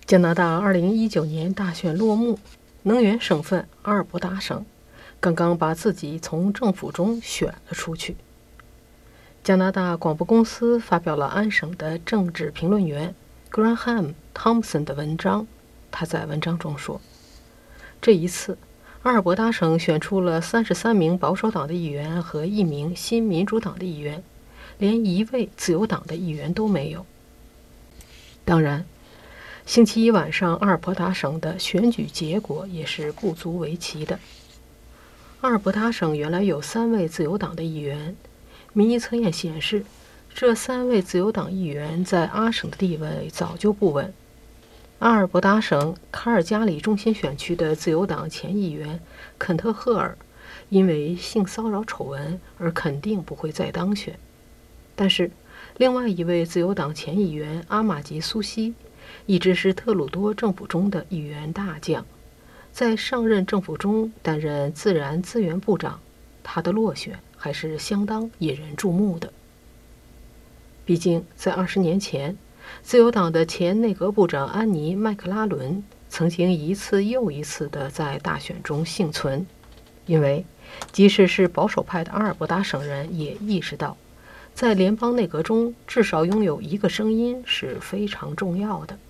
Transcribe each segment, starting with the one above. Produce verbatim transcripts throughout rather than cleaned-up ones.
加拿大二零一九年大选落幕，能源省份阿尔伯达省刚刚把自己从政府中选了出去。加拿大广播公司发表了安省的政治评论员 Graham Thompson 的文章，他在文章中说，这一次阿尔伯达省选出了三十三名保守党的议员和一名新民主党的议员，连一位自由党的议员都没有。当然，星期一晚上阿尔伯达省的选举结果也是不足为奇的。阿尔伯达省原来有三位自由党的议员，民意测验显示，这三位自由党议员在阿省的地位早就不稳。阿尔伯达省卡尔加里中心选区的自由党前议员肯特赫尔因为性骚扰丑闻而肯定不会再当选，但是另外一位自由党前议员阿马吉苏西一直是特鲁多政府中的议员大将，在上任政府中担任自然资源部长，他的落选还是相当引人注目的。毕竟在二十年前，自由党的前内阁部长安妮·麦克拉伦曾经一次又一次地在大选中幸存，因为即使是保守派的阿尔伯达省人也意识到，在联邦内阁中至少拥有一个声音是非常重要的。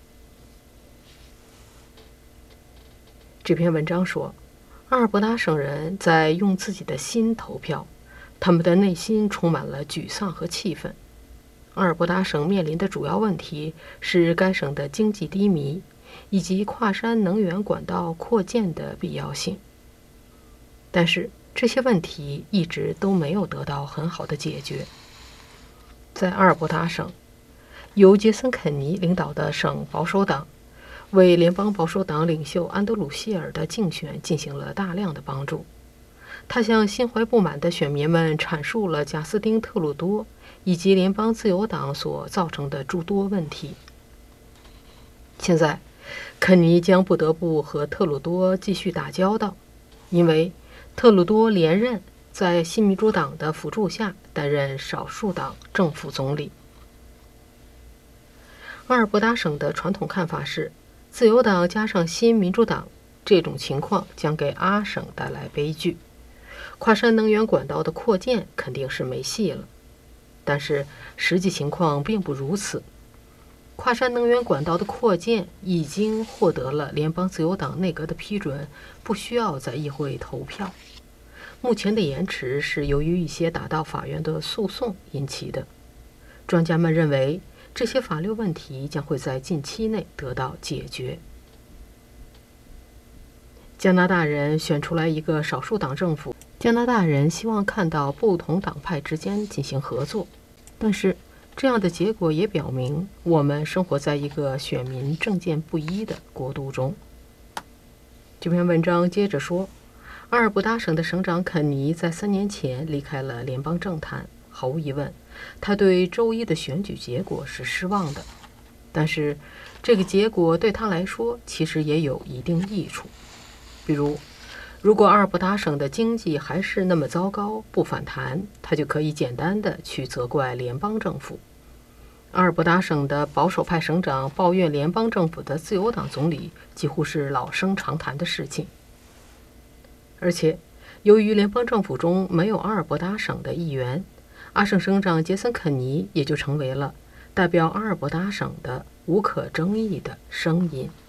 这篇文章说，阿尔伯达省人在用自己的心投票，他们的内心充满了沮丧和气愤。阿尔伯达省面临的主要问题是该省的经济低迷，以及跨山能源管道扩建的必要性。但是这些问题一直都没有得到很好的解决。在阿尔伯达省，由杰森·肯尼领导的省保守党为联邦保守党领袖安德鲁·谢尔的竞选进行了大量的帮助。他向心怀不满的选民们阐述了贾斯汀·特鲁多以及联邦自由党所造成的诸多问题。现在，肯尼将不得不和特鲁多继续打交道，因为特鲁多连任，在新民主党的辅助下担任少数党正副总理。阿尔伯达省的传统看法是，自由党加上新民主党，这种情况将给阿省带来悲剧。跨山能源管道的扩建肯定是没戏了，但是实际情况并不如此。跨山能源管道的扩建已经获得了联邦自由党内阁的批准，不需要在议会投票。目前的延迟是由于一些打到法院的诉讼引起的。专家们认为，这些法律问题将会在近期内得到解决。加拿大人选出来一个少数党政府，加拿大人希望看到不同党派之间进行合作，但是这样的结果也表明，我们生活在一个选民政见不一的国度中。这篇文章接着说，阿尔伯达省的省长肯尼在三年前离开了联邦政坛，毫无疑问，他对周一的选举结果是失望的，但是这个结果对他来说其实也有一定益处。比如，如果阿尔伯达省的经济还是那么糟糕，不反弹，他就可以简单的去责怪联邦政府。阿尔伯达省的保守派省长抱怨联邦政府的自由党总理几乎是老生常谈的事情。而且，由于联邦政府中没有阿尔伯达省的议员，阿省省长杰森·肯尼也就成为了代表阿尔伯达省的无可争议的声音。